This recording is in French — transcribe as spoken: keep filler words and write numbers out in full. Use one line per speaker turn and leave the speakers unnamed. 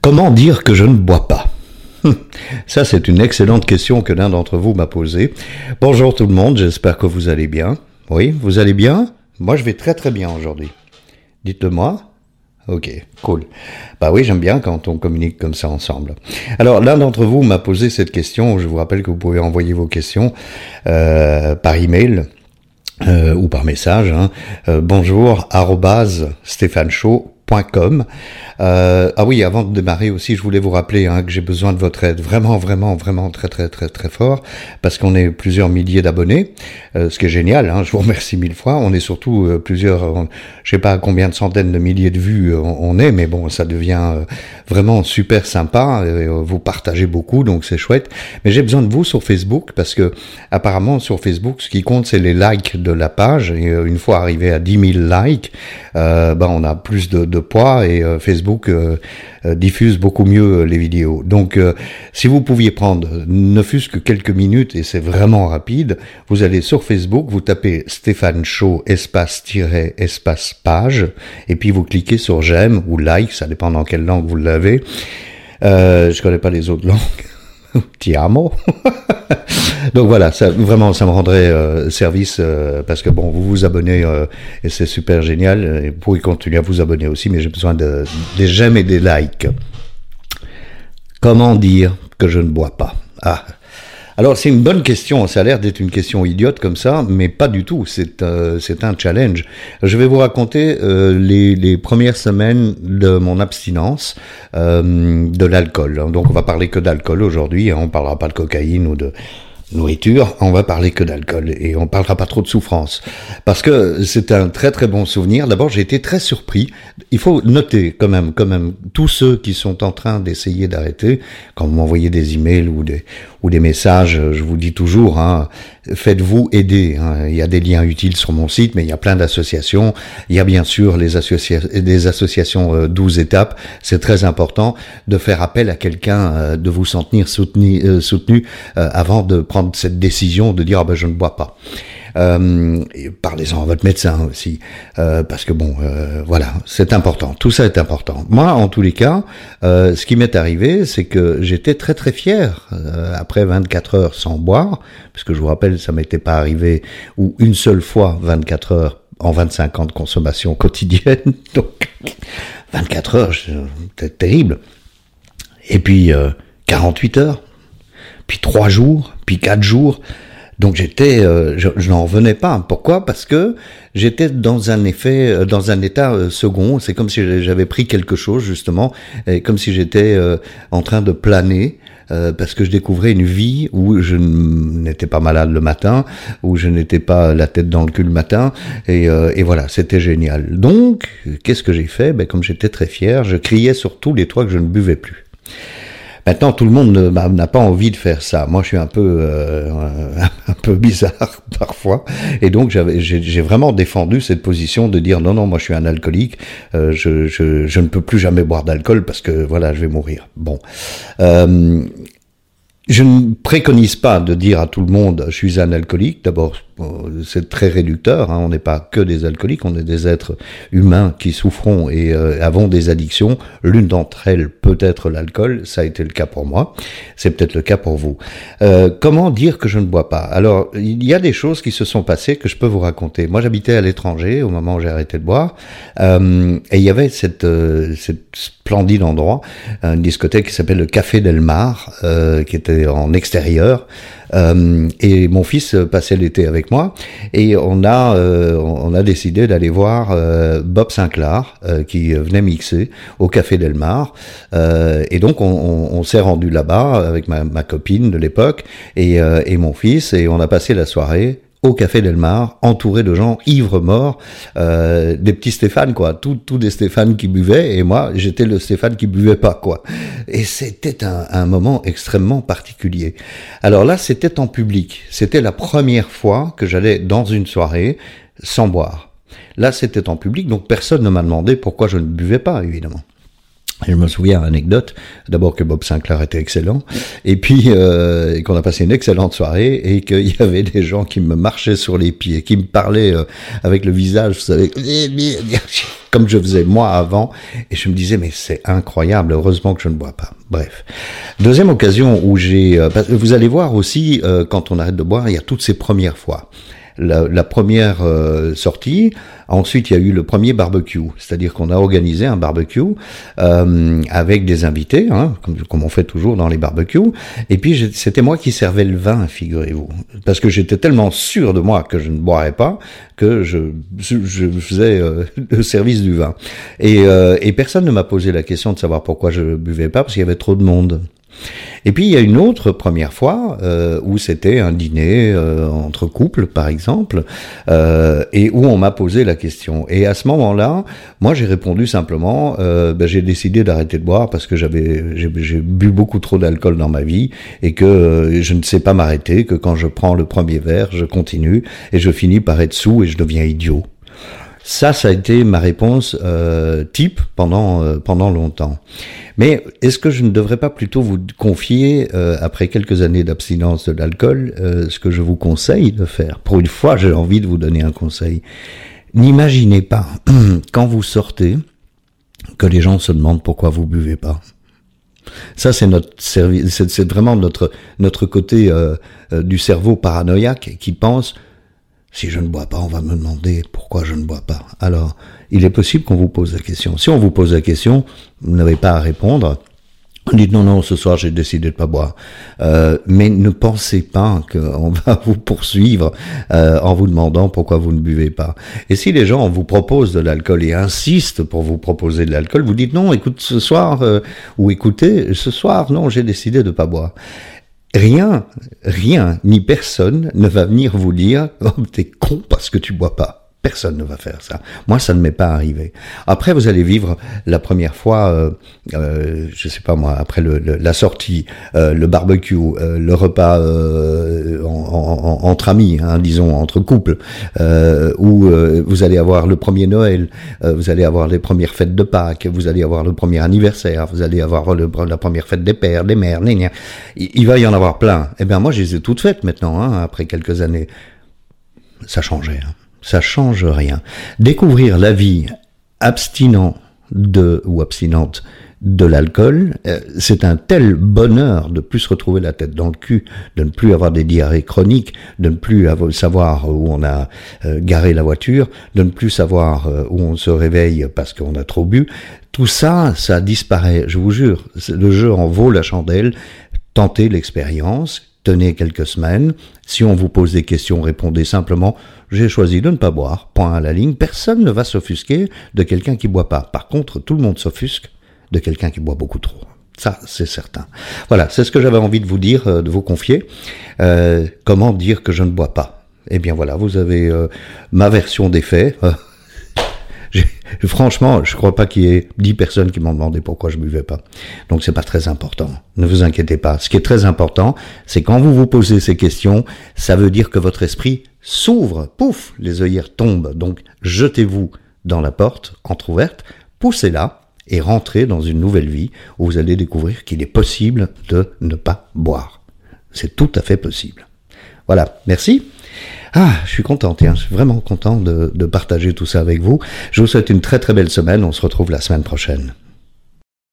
Comment dire que je ne bois pas ? Ça, c'est une excellente question que l'un d'entre vous m'a posée. Bonjour tout le monde, j'espère que vous allez bien. Oui, vous allez bien ? Moi, je vais très très bien aujourd'hui. Dites-le moi. Ok, cool. Bah oui, j'aime bien quand on communique comme ça ensemble. Alors, l'un d'entre vous m'a posé cette question. Je vous rappelle que vous pouvez envoyer vos questions euh, par email euh, ou par message. Hein. Euh, bonjour, arobase stéphaneshow point com. Euh, ah oui, avant de démarrer aussi, je voulais vous rappeler hein, que j'ai besoin de votre aide, vraiment, vraiment, vraiment très, très, très, très fort, parce qu'on est plusieurs milliers d'abonnés, euh, ce qui est génial. Hein, je vous remercie mille fois. On est surtout euh, plusieurs, on, je sais pas combien de centaines de milliers de vues euh, on est, mais bon, ça devient euh, vraiment super sympa. Euh, vous partagez beaucoup, donc c'est chouette. Mais j'ai besoin de vous sur Facebook, parce que apparemment sur Facebook, ce qui compte, c'est les likes de la page. Et euh, une fois arrivé à dix mille likes, euh, ben on a plus de, de poids et euh, Facebook Facebook euh, euh, diffuse beaucoup mieux les vidéos. Donc, euh, si vous pouviez prendre ne fût-ce que quelques minutes, et c'est vraiment rapide, vous allez sur Facebook, vous tapez Stéphane Show, espace, tiret, espace, page, et puis vous cliquez sur j'aime ou like, ça dépend dans quelle langue vous l'avez. Euh, je connais pas les autres langues. Ti amo. Donc voilà, ça, vraiment, ça me rendrait euh, service euh, parce que bon, vous vous abonnez euh, et c'est super génial. Et vous pouvez continuer à vous abonner aussi, mais j'ai besoin de, des j'aime et des likes. Comment dire que je ne bois pas ? Ah. Alors c'est une bonne question, ça a l'air d'être une question idiote comme ça, mais pas du tout, c'est, euh, c'est un challenge. Je vais vous raconter euh, les, les premières semaines de mon abstinence euh, de l'alcool. Donc on va parler que d'alcool aujourd'hui, hein, on parlera pas de cocaïne ou de nourriture, on va parler que d'alcool et on parlera pas trop de souffrance parce que c'est un très très bon souvenir. D'abord, j'ai été très surpris. Il faut noter quand même, quand même, tous ceux qui sont en train d'essayer d'arrêter, quand vous m'envoyez des emails ou des ou des messages, je vous dis toujours, hein, faites-vous aider. Hein. Il y a des liens utiles sur mon site, mais il y a plein d'associations. Il y a bien sûr les associa- des associations euh, douze étapes. C'est très important de faire appel à quelqu'un, euh, de vous sentir soutenu, euh, soutenu euh, avant de prendre cette décision de dire ah ben je ne bois pas. Euh, et parlez-en à votre médecin aussi, euh, parce que bon, euh, voilà, c'est important. Tout ça est important. Moi, en tous les cas, euh, ce qui m'est arrivé, c'est que j'étais très très fier euh, après vingt-quatre heures sans boire, parce que je vous rappelle, ça m'était pas arrivé ou une seule fois vingt-quatre heures en vingt-cinq ans de consommation quotidienne. Donc vingt-quatre heures, c'était terrible. Et puis euh, quarante-huit heures, puis trois jours, puis quatre jours. Donc j'étais, euh, je, je n'en revenais pas. Pourquoi ? Parce que j'étais dans un effet, euh, dans un état euh, second. C'est comme si j'avais pris quelque chose justement, et comme si j'étais euh, en train de planer, euh, parce que je découvrais une vie où je n'étais pas malade le matin, où je n'étais pas la tête dans le cul le matin, et, euh, et voilà, c'était génial. Donc, qu'est-ce que j'ai fait ? Ben comme j'étais très fier, je criais sur tous les toits que je ne buvais plus. Maintenant, tout le monde ne, bah, n'a pas envie de faire ça. Moi, je suis un peu, euh, un peu bizarre parfois, et donc j'avais, j'ai, j'ai vraiment défendu cette position de dire non, non, moi, je suis un alcoolique. Euh, je, je, je ne peux plus jamais boire d'alcool parce que voilà, je vais mourir. Bon. Euh, Je ne préconise pas de dire à tout le monde je suis un alcoolique. D'abord, c'est très réducteur. Hein. On n'est pas que des alcooliques, on est des êtres humains qui souffrons et euh, avons des addictions. L'une d'entre elles peut être l'alcool. Ça a été le cas pour moi. C'est peut-être le cas pour vous. Euh, comment dire que je ne bois pas ? Alors, il y a des choses qui se sont passées que je peux vous raconter. Moi, j'habitais à l'étranger au moment où j'ai arrêté de boire. Euh, et il y avait cette, euh, cette splendide endroit, une discothèque qui s'appelle le Café Del Mar, euh, qui était en extérieur, euh, et mon fils passait l'été avec moi, et on a euh, on a décidé d'aller voir euh, Bob Sinclair euh, qui venait mixer au Café Del Mar, euh, et donc on, on, on s'est rendu là-bas avec ma, ma copine de l'époque et, euh, et mon fils, et on a passé la soirée au Café Del Mar, entouré de gens ivres morts, euh, des petits Stéphane, quoi, tous tous des Stéphane qui buvaient, et moi, j'étais le Stéphane qui buvait pas, quoi. Et c'était un, un moment extrêmement particulier. Alors là, c'était en public. C'était la première fois que j'allais dans une soirée sans boire. Là, c'était en public, donc personne ne m'a demandé pourquoi je ne buvais pas, évidemment. Je me souviens, anecdote, d'abord que Bob Sinclair était excellent, et puis euh, qu'on a passé une excellente soirée, et qu'il y avait des gens qui me marchaient sur les pieds, qui me parlaient euh, avec le visage, vous savez, comme je faisais moi avant, et je me disais, mais c'est incroyable, heureusement que je ne bois pas. Bref. Deuxième occasion où j'ai... Euh, vous allez voir aussi, euh, quand on arrête de boire, il y a toutes ces premières fois. La, la première euh, sortie, ensuite il y a eu le premier barbecue, c'est-à-dire qu'on a organisé un barbecue euh, avec des invités, hein, comme, comme on fait toujours dans les barbecues, et puis c'était moi qui servais le vin, figurez-vous, parce que j'étais tellement sûr de moi que je ne boirais pas, que je, je faisais euh, le service du vin. Et, euh, et personne ne m'a posé la question de savoir pourquoi je ne buvais pas, parce qu'il y avait trop de monde. Et puis il y a une autre première fois euh, où c'était un dîner euh, entre couples par exemple euh, et où on m'a posé la question, et à ce moment-là moi j'ai répondu simplement euh, ben, j'ai décidé d'arrêter de boire parce que j'avais j'ai, j'ai bu beaucoup trop d'alcool dans ma vie et que euh, je ne sais pas m'arrêter, que quand je prends le premier verre je continue et je finis par être saoul et je deviens idiot. Ça, ça a été ma réponse euh, type pendant euh, pendant longtemps. Mais est-ce que je ne devrais pas plutôt vous confier, euh, après quelques années d'abstinence de l'alcool, euh, ce que je vous conseille de faire? Pour une fois, j'ai envie de vous donner un conseil. N'imaginez pas, quand vous sortez, que les gens se demandent pourquoi vous buvez pas. Ça, c'est notre service, c'est, c'est vraiment notre notre côté euh, euh, du cerveau paranoïaque qui pense: si je ne bois pas, on va me demander pourquoi je ne bois pas. Alors, il est possible qu'on vous pose la question. Si on vous pose la question, vous n'avez pas à répondre. Dites non, non, ce soir j'ai décidé de pas boire. Euh, mais ne pensez pas qu'on va vous poursuivre euh, en vous demandant pourquoi vous ne buvez pas. Et si les gens vous proposent de l'alcool et insistent pour vous proposer de l'alcool, vous dites non, écoute, ce soir, euh, ou écoutez, ce soir, non, j'ai décidé de pas boire. Rien, rien, ni personne ne va venir vous dire « Oh, t'es con parce que tu bois pas ». Personne ne va faire ça. Moi, ça ne m'est pas arrivé. Après, vous allez vivre la première fois, euh, euh, je sais pas moi, après le, le, la sortie, euh, le barbecue, euh, le repas euh, en, en, entre amis, hein, disons, entre couples, euh, où euh, vous allez avoir le premier Noël, euh, vous allez avoir les premières fêtes de Pâques, vous allez avoir le premier anniversaire, vous allez avoir le, la première fête des pères, des mères, gna gna. Il, il va y en avoir plein. Eh bien, moi, je les ai toutes faites maintenant, hein, après quelques années. Ça changeait, hein. Ça change rien. Découvrir la vie abstinent de ou abstinente de l'alcool, euh, c'est un tel bonheur de plus se retrouver la tête dans le cul, de ne plus avoir des diarrhées chroniques, de ne plus avoir, savoir où on a euh, garé la voiture, de ne plus savoir euh, où on se réveille parce qu'on a trop bu. Tout ça, ça disparaît, je vous jure. Le jeu en vaut la chandelle. Tentez l'expérience. Tenez quelques semaines. Si on vous pose des questions, répondez simplement « J'ai choisi de ne pas boire », point à la ligne. Personne ne va s'offusquer de quelqu'un qui boit pas. Par contre, tout le monde s'offusque de quelqu'un qui boit beaucoup trop. Ça, c'est certain. Voilà, c'est ce que j'avais envie de vous dire, euh, de vous confier. Euh, comment dire que je ne bois pas? Eh bien voilà, vous avez euh, ma version des faits. J'ai, franchement, je crois pas qu'il y ait dix personnes qui m'ont demandé pourquoi je buvais pas. Donc c'est pas très important. Ne vous inquiétez pas. Ce qui est très important, c'est quand vous vous posez ces questions, ça veut dire que votre esprit s'ouvre. Pouf, les œillères tombent. Donc jetez-vous dans la porte entrouverte, poussez-la et rentrez dans une nouvelle vie où vous allez découvrir qu'il est possible de ne pas boire. C'est tout à fait possible. Voilà, merci. Ah, je suis content, tiens, je suis vraiment content de, de partager tout ça avec vous. Je vous souhaite une très très belle semaine, on se retrouve la semaine prochaine.